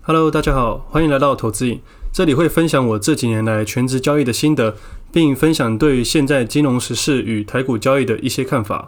Hello， 大家好，欢迎来到投资瘾。这里会分享我这几年来全职交易的心得，并分享对于现在金融时事与台股交易的一些看法。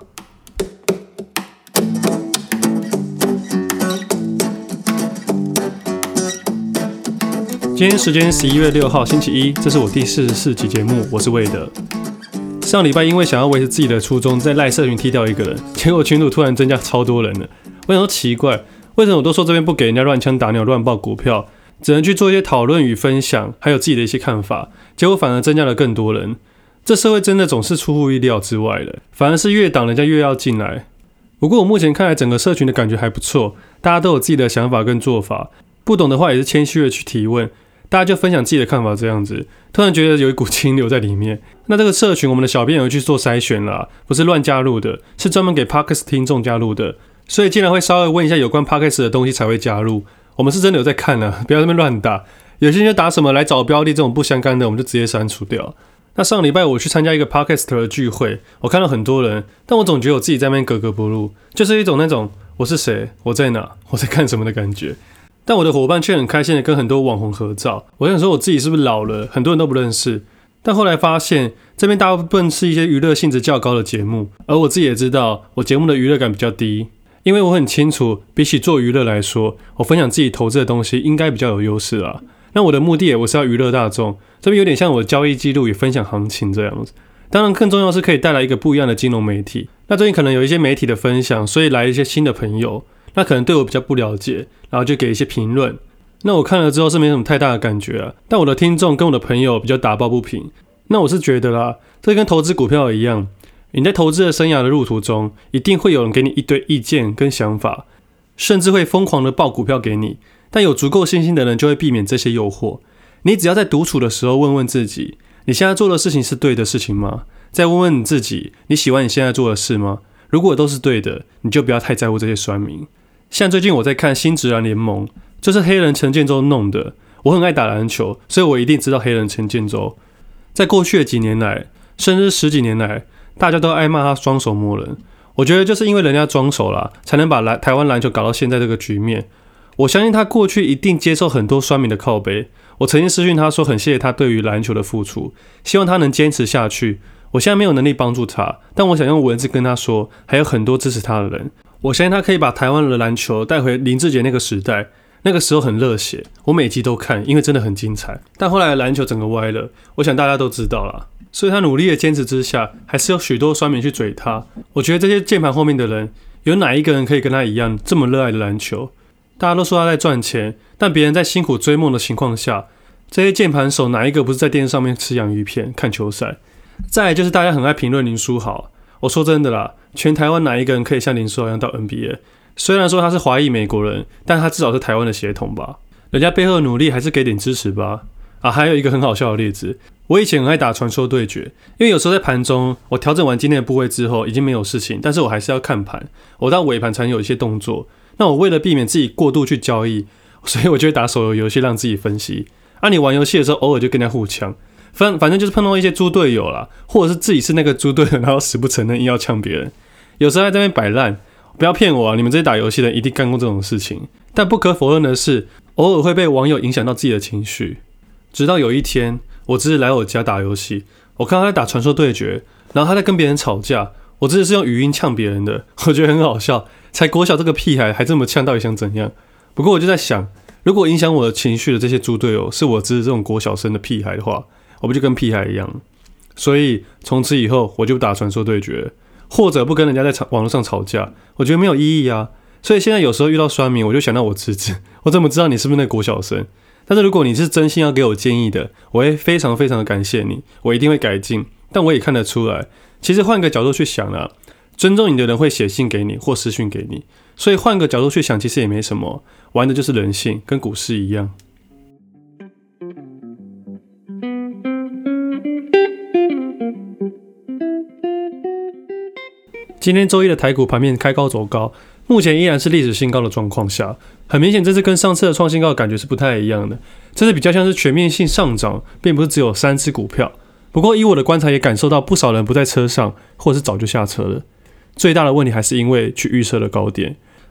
今天时间11月6号星期一，这是我第44集节目，我是魏德。上礼拜因为想要维持自己的初衷，在赖社群踢掉一个人，结果群组突然增加超多人了。我想说奇怪，为什么我都说这边不给人家乱枪打鸟、乱报股票，只能去做一些讨论与分享，还有自己的一些看法，结果反而增加了更多人。这社会真的总是出乎意料之外的，反而是越挡人家越要进来。不过我目前看来整个社群的感觉还不错，大家都有自己的想法跟做法，不懂的话也是谦虚的去提问，大家就分享自己的看法这样子。突然觉得有一股清流在里面。那这个社群我们的小编有去做筛选啦，不是乱加入的，是专门给 Podcast 听众加入的，所以竟然会稍微问一下有关 Podcast 的东西才会加入。我们是真的有在看啦，不要在那边乱打，有些人就打什么来找标的这种不相干的，我们就直接删除掉。那上礼拜我去参加一个 Podcast 的聚会，我看到很多人，但我总觉得我自己在那边格格不入，就是一种那种我是谁，我在哪，我在干什么的感觉。但我的伙伴却很开心的跟很多网红合照，我想说我自己是不是老了，很多人都不认识。但后来发现这边大部分是一些娱乐性质较高的节目，而我自己也知道我节目的娱乐感比较低，因为我很清楚比起做娱乐来说，我分享自己投资的东西应该比较有优势啦。那我的目的也不是要娱乐大众，这边有点像我的交易记录与分享行情这样子。当然更重要是可以带来一个不一样的金融媒体。那最近可能有一些媒体的分享，所以来一些新的朋友，那可能对我比较不了解，然后就给一些评论。那我看了之后是没什么太大的感觉啊，但我的听众跟我的朋友比较打抱不平。那我是觉得啦，这跟投资股票一样，你在投资的生涯的路途中，一定会有人给你一堆意见跟想法，甚至会疯狂的报股票给你。但有足够信心的人就会避免这些诱惑。你只要在独处的时候问问自己，你现在做的事情是对的事情吗？再问问你自己，你喜欢你现在做的事吗？如果都是对的，你就不要太在乎这些酸民。像最近我在看新职篮联盟，就是黑人陈建州弄的。我很爱打篮球，所以我一定知道黑人陈建州。在过去的几年来，甚至10几年来，大家都爱骂他双手摸人。我觉得就是因为人家装手啦，才能把台湾篮球搞到现在这个局面。我相信他过去一定接受很多酸民的靠背。我曾经私讯他说很谢谢他对于篮球的付出，希望他能坚持下去。我现在没有能力帮助他，但我想用文字跟他说，还有很多支持他的人。我相信他可以把台湾的篮球带回林志杰那个时代，那个时候很热血，我每集都看，因为真的很精彩。但后来的篮球整个歪了，我想大家都知道啦。所以他努力的坚持之下，还是有许多酸民去嘴他。我觉得这些键盘后面的人，有哪一个人可以跟他一样这么热爱的篮球？大家都说他在赚钱，但别人在辛苦追梦的情况下，这些键盘手哪一个不是在电视上面吃洋芋片看球赛？再来就是大家很爱评论林书豪。我说真的啦，全台湾哪一个人可以像林书豪一样到 NBA？ 虽然说他是华裔美国人，但他至少是台湾的血统吧，人家背后的努力还是给点支持吧。还有一个很好笑的例子，我以前很爱打传说对决，因为有时候在盘中我调整完今天的部位之后已经没有事情，但是我还是要看盘，我到尾盘才有一些动作。那我为了避免自己过度去交易，所以我就会打手游游戏让自己分析。你玩游戏的时候偶尔就跟人家互呛，反正就是碰到一些猪队友啦，或者是自己是那个猪队友，然后死不承认硬要呛别人。有时候在这边摆烂，不要骗我啊！你们这些打游戏的人一定干过这种事情。但不可否认的是，偶尔会被网友影响到自己的情绪。直到有一天，我侄子来我家打游戏，我看到他在打传说对决，然后他在跟别人吵架，我侄子是用语音呛别人的，我觉得很好笑。才国小这个屁孩还这么呛，到底想怎样？不过我就在想，如果影响我的情绪的这些猪队友是我侄子这种国小生的屁孩的话，我不就跟屁孩一样？所以从此以后我就不打传说对决，或者不跟人家在网络上吵架，我觉得没有意义啊。所以现在有时候遇到酸民，我就想到我侄子，我怎么知道你是不是那个国小生？但是如果你是真心要给我建议的，我会非常非常的感谢你，我一定会改进。但我也看得出来，其实换个角度去想啊，尊重你的人会写信给你或私讯给你，所以换个角度去想，其实也没什么，玩的就是人性，跟股市一样。今天周一的台股盘面开高走高，目前依然是历史新高的状况下，很明显这次跟上次的创新高的感觉是不太一样的，这次比较像是全面性上涨，并不是只有3只股票。不过以我的观察也感受到不少人不在车上，或者是早就下车了。最大的问题还是因为去预测了高点，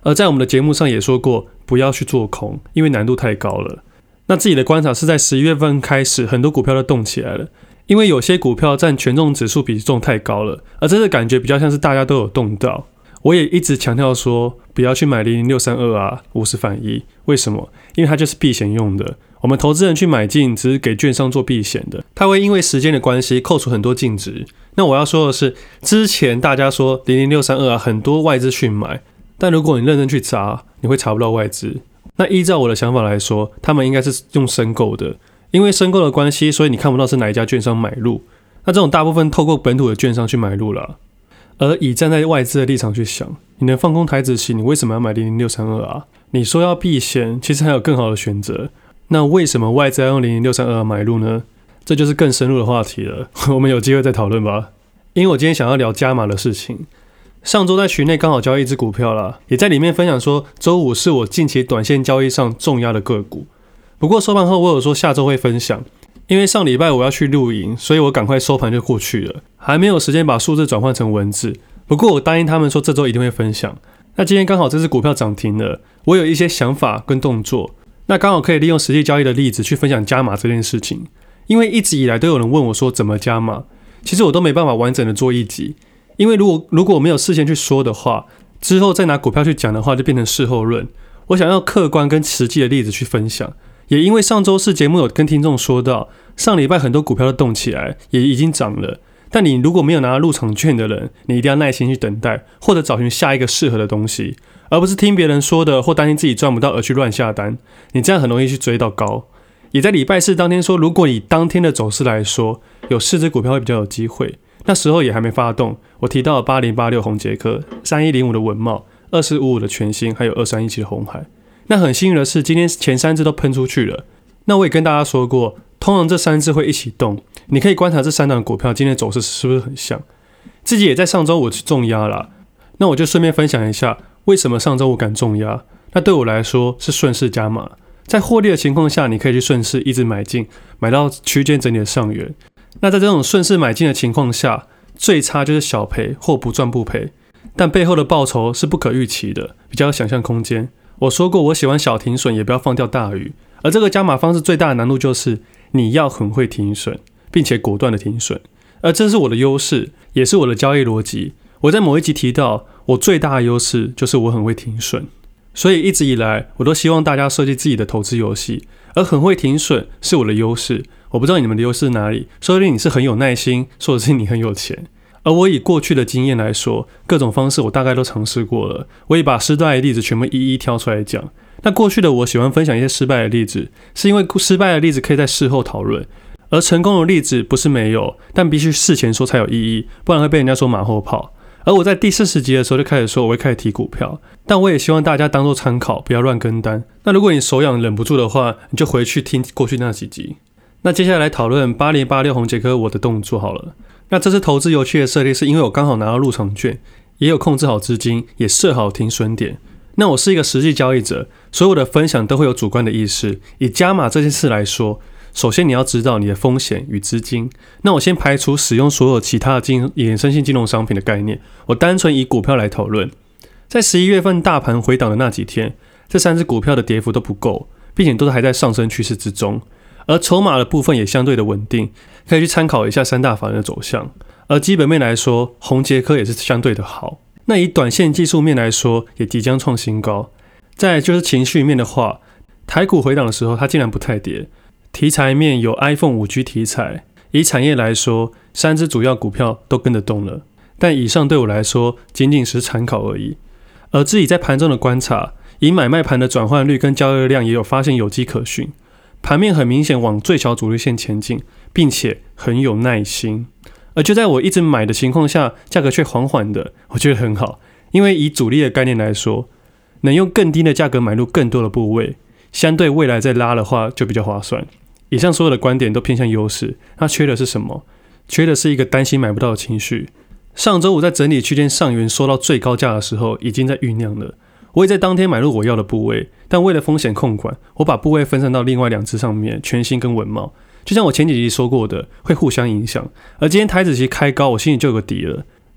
而在我们的节目上也说过，不要去做空，因为难度太高了。那自己的观察是在11月份开始，很多股票都动起来了，因为有些股票占权重指数比重太高了，而这个感觉比较像是大家都有动到。我也一直强调说，不要去买0063250反1，为什么？因为它就是避险用的。我们投资人去买进，只是给券商做避险的，它会因为时间的关系扣除很多净值。那我要说的是，之前大家说00632很多外资去买，但如果你认真去查，你会查不到外资。那依照我的想法来说，他们应该是用申购的，因为申购的关系，所以你看不到是哪一家券商买入。那这种大部分透过本土的券商去买入啦。而以站在外资的立场去想，你能放空台指期，你为什么要买00632？你说要避险，其实还有更好的选择。那为什么外资要用00632买入呢？这就是更深入的话题了，我们有机会再讨论吧。因为我今天想要聊加码的事情。上周在群内刚好交易一只股票啦，也在里面分享说，周五是我近期短线交易上重压的个股。不过收盘后我有说下周会分享，因为上礼拜我要去露营，所以我赶快收盘就过去了，还没有时间把数字转换成文字。不过我答应他们说这周一定会分享。那今天刚好这只股票涨停了，我有一些想法跟动作，那刚好可以利用实际交易的例子去分享加码这件事情。因为一直以来都有人问我说怎么加码，其实我都没办法完整的做一集，因为如果我没有事先去说的话，之后再拿股票去讲的话就变成事后论。我想要客观跟实际的例子去分享。也因为上周四节目有跟听众说到，上礼拜很多股票都动起来，也已经涨了，但你如果没有拿到入场券的人，你一定要耐心去等待，或者找寻下一个适合的东西，而不是听别人说的或担心自己赚不到而去乱下单，你这样很容易去追到高。也在礼拜四当天说，如果以当天的走势来说，有4只股票会比较有机会，那时候也还没发动。我提到了8086宏捷科、3105的文茂、2455的全新，还有2317的鸿海。那很幸运的是，今天前3只都喷出去了。那我也跟大家说过，通常这3只会一起动，你可以观察这3档股票今天的走势是不是很像。自己也在上周五去重压啦，那我就顺便分享一下为什么上周五敢重压。那对我来说是顺势加码，在获利的情况下，你可以去顺势一直买进，买到区间整理的上缘。那在这种顺势买进的情况下，最差就是小赔或不赚不赔，但背后的报酬是不可预期的，比较有想象空间。我说过，我喜欢小停损，也不要放掉大鱼。而这个加码方式最大的难度就是你要很会停损，并且果断的停损。而这是我的优势，也是我的交易逻辑。我在某一集提到，我最大的优势就是我很会停损。所以一直以来，我都希望大家设计自己的投资游戏，而很会停损是我的优势。我不知道你们的优势哪里，说不定你是很有耐心，或者是你很有钱。而我以过去的经验来说，各种方式我大概都尝试过了，我也把失败的例子全部一一挑出来讲。那过去的我喜欢分享一些失败的例子，是因为失败的例子可以在事后讨论，而成功的例子不是没有，但必须事前说才有意义，不然会被人家说马后炮。而我在第40集的时候就开始说我会开始提股票，但我也希望大家当作参考，不要乱跟单。那如果你手痒忍不住的话，你就回去听过去那几集。那接下来讨论8086宏捷科我的动作好了。那这次投资游戏的设定是因为我刚好拿到入场券，也有控制好资金，也设好停损点。那我是一个实际交易者，所以我的分享都会有主观的意识。以加码这件事来说，首先你要知道你的风险与资金。那我先排除使用所有其他的衍生性金融商品的概念，我单纯以股票来讨论。在11月份大盘回档的那几天，这3只股票的跌幅都不够，并且都还在上升趋势之中。而筹码的部分也相对的稳定，可以去参考一下3大法人的走向。而基本面来说，宏捷科也是相对的好。那以短线技术面来说，也即将创新高。再来就是情绪面的话，台股回档的时候，它竟然不太跌。题材面有 iPhone 5G 题材，以产业来说，3只主要股票都跟得动了。但以上对我来说，仅仅是参考而已。而自己在盘中的观察，以买卖盘的转换率跟交易量也有发现有迹可循。盘面很明显往最小主力线前进，并且很有耐心。而就在我一直买的情况下，价格却缓缓的，我觉得很好。因为以主力的概念来说，能用更低的价格买入更多的部位，相对未来再拉的话就比较划算。以上所有的观点都偏向优势，那缺的是什么？缺的是一个担心买不到的情绪。上周五在整理区间上缘收到最高价的时候，已经在酝酿了。我也在当天买入我要的部位，但为了风险控管，我把部位分散到另外2只上面，全新跟文茂。就像我前几集说过的，会互相影响。而今天台指期开高，我心里就有个底了。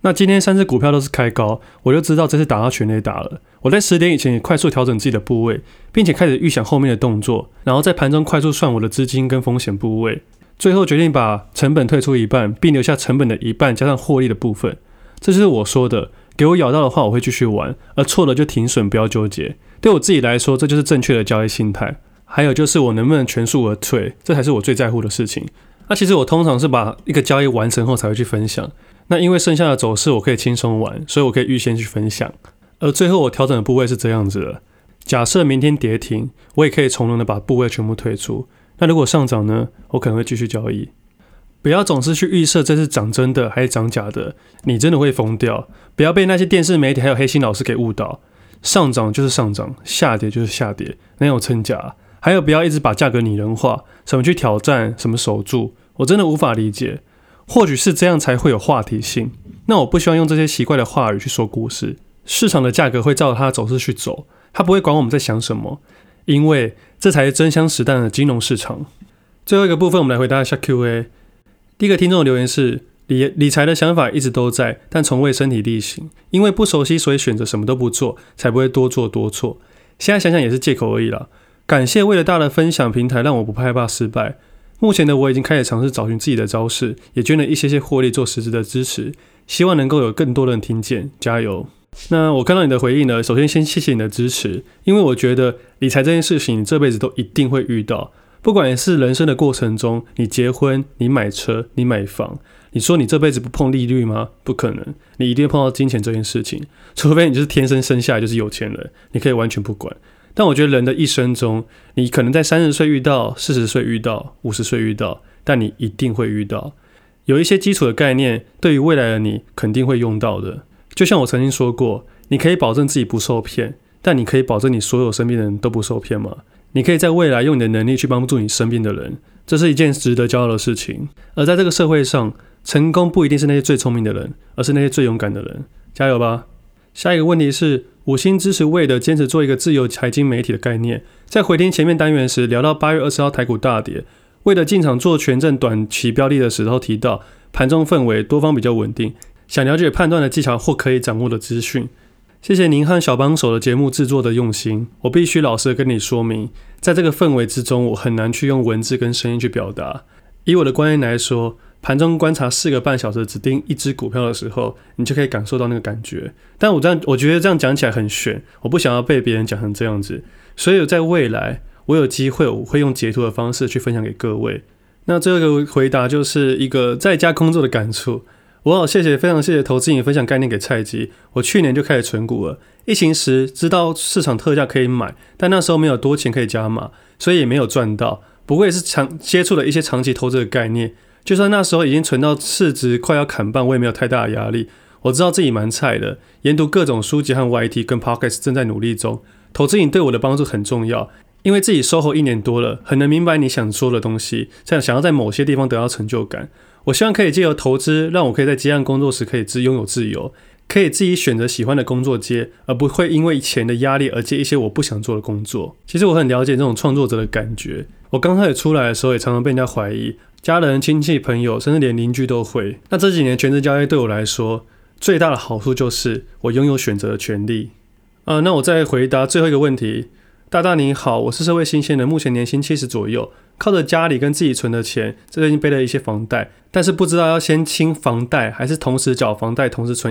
那今天3只股票都是开高，我就知道这次打到全垒打了。我在10点以前也快速调整自己的部位，并且开始预想后面的动作，然后在盘中快速算我的资金跟风险部位，最后决定把成本退出一半，并留下成本的一半加上获利的部分。这就是我说的，给我咬到的话我会继续玩，而错了就停损，不要纠结。对我自己来说，这就是正确的交易心态。还有就是我能不能全数而退，这才是我最在乎的事情。那其实我通常是把一个交易完成后才会去分享，那因为剩下的走势我可以轻松玩，所以我可以预先去分享。而最后我调整的部位是这样子的，假设明天跌停，我也可以从容的把部位全部退出。那如果上涨呢，我可能会继续交易。不要总是去预设这是涨真的还是涨假的，你真的会疯掉。不要被那些电视媒体还有黑心老师给误导，上涨就是上涨，下跌就是下跌，哪有真假？还有不要一直把价格拟人化，什么去挑战，什么守住，我真的无法理解。或许是这样才会有话题性，那我不希望用这些奇怪的话语去说故事。市场的价格会照着它的走势去走，它不会管我们在想什么，因为这才是真枪实弹的金融市场。最后一个部分，我们来回答一下 Q&A。 第一个听众的留言是，理财的想法一直都在，但从未身体力行，因为不熟悉，所以选择什么都不做，才不会多做多错。现在想想也是借口而已啦。感谢为了大的分享平台，让我不害怕失败。目前的我已经开始尝试找寻自己的招式，也捐了一些获利做实质的支持，希望能够有更多人听见，加油。那我看到你的回应呢，首先先谢谢你的支持，因为我觉得理财这件事情你这辈子都一定会遇到，不管是人生的过程中，你结婚，你买车，你买房，你说你这辈子不碰利率吗？不可能，你一定会碰到金钱这件事情，除非你就是天生下来就是有钱人，你可以完全不管。但我觉得人的一生中，你可能在30岁遇到，40岁遇到，50岁遇到，但你一定会遇到。有一些基础的概念，对于未来的你肯定会用到的。就像我曾经说过，你可以保证自己不受骗，但你可以保证你所有身边的人都不受骗吗？你可以在未来用你的能力去帮助你身边的人，这是一件值得骄傲的事情。而在这个社会上，成功不一定是那些最聪明的人，而是那些最勇敢的人。加油吧！下一个问题是，5星支持魏的坚持做一个自由财经媒体的概念。在回听前面单元时聊到8月20号台股大跌，魏的进场做权证短期标的的时候提到，盘中氛围多方比较稳定，想了解判断的技巧或可以掌握的资讯。谢谢您和小帮手的节目制作的用心，我必须老实的跟你说明，在这个氛围之中，我很难去用文字跟声音去表达。以我的观念来说，盘中观察4个半小时只盯一只股票的时候，你就可以感受到那个感觉。但我觉得这样讲起来很玄，我不想要被别人讲成这样子，所以在未来我有机会我会用截图的方式去分享给各位。那最后一个回答就是一个在家工作的感触。我非常谢谢投资人分享概念给菜鸡。我去年就开始存股了，疫情时知道市场特价可以买，但那时候没有多钱可以加码，所以也没有赚到。不过也是接触了一些长期投资的概念，就算那时候已经存到市值快要砍半，我也没有太大的压力。我知道自己蛮菜的，研读各种书籍和 YT 跟 Podcast 正在努力中。投资瘾对我的帮助很重要，因为自己SOHO 1年多了，很能明白你想说的东西，想要在某些地方得到成就感。我希望可以借由投资，让我可以在接案工作时可以拥有自由，可以自己选择喜欢的工作接，而不会因为钱的压力而接一些我不想做的工作。其实我很了解这种创作者的感觉，我刚开始出来的时候也常常被人家怀疑，家人、亲戚、朋友，甚至连邻居都会。那这几年全职交易对我来说，最大的好处就是我拥有选择的权利。那我再回答最后一个问题。大大你好，我是社会新鲜人，目前年薪70左右，靠着家里跟自己存的钱，最近背了一些房贷，但是不知道要先清房贷，还是同时缴房贷，同时存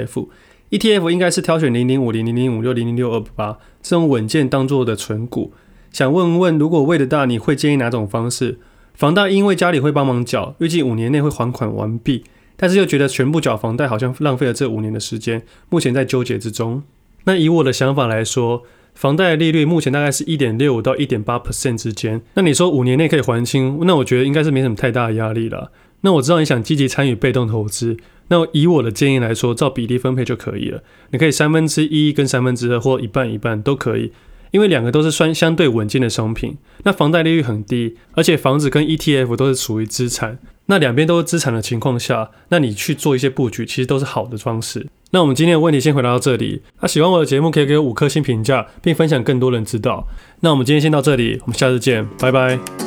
ETF。ETF 应该是挑选005、0056、006288这种稳健当做的存股。想问问，如果魏的大，你会建议哪种方式？房贷因为家里会帮忙缴，预计5年内会还款完毕，但是又觉得全部缴房贷好像浪费了这5年的时间，目前在纠结之中。那以我的想法来说，房贷的利率目前大概是 1.65% 到 1.8% 之间，那你说5年内可以还清，那我觉得应该是没什么太大的压力啦。那我知道你想积极参与被动投资，那以我的建议来说，照比例分配就可以了。你可以1/3跟2/3或一半一半都可以，因为两个都是相对稳健的商品。那房贷利率很低，而且房子跟 ETF 都是属于资产，那两边都是资产的情况下，那你去做一些布局，其实都是好的方式。那我们今天的问题先回答到这里。喜欢我的节目可以给我5颗星评价，并分享更多人知道。那我们今天先到这里，我们下次见，拜拜。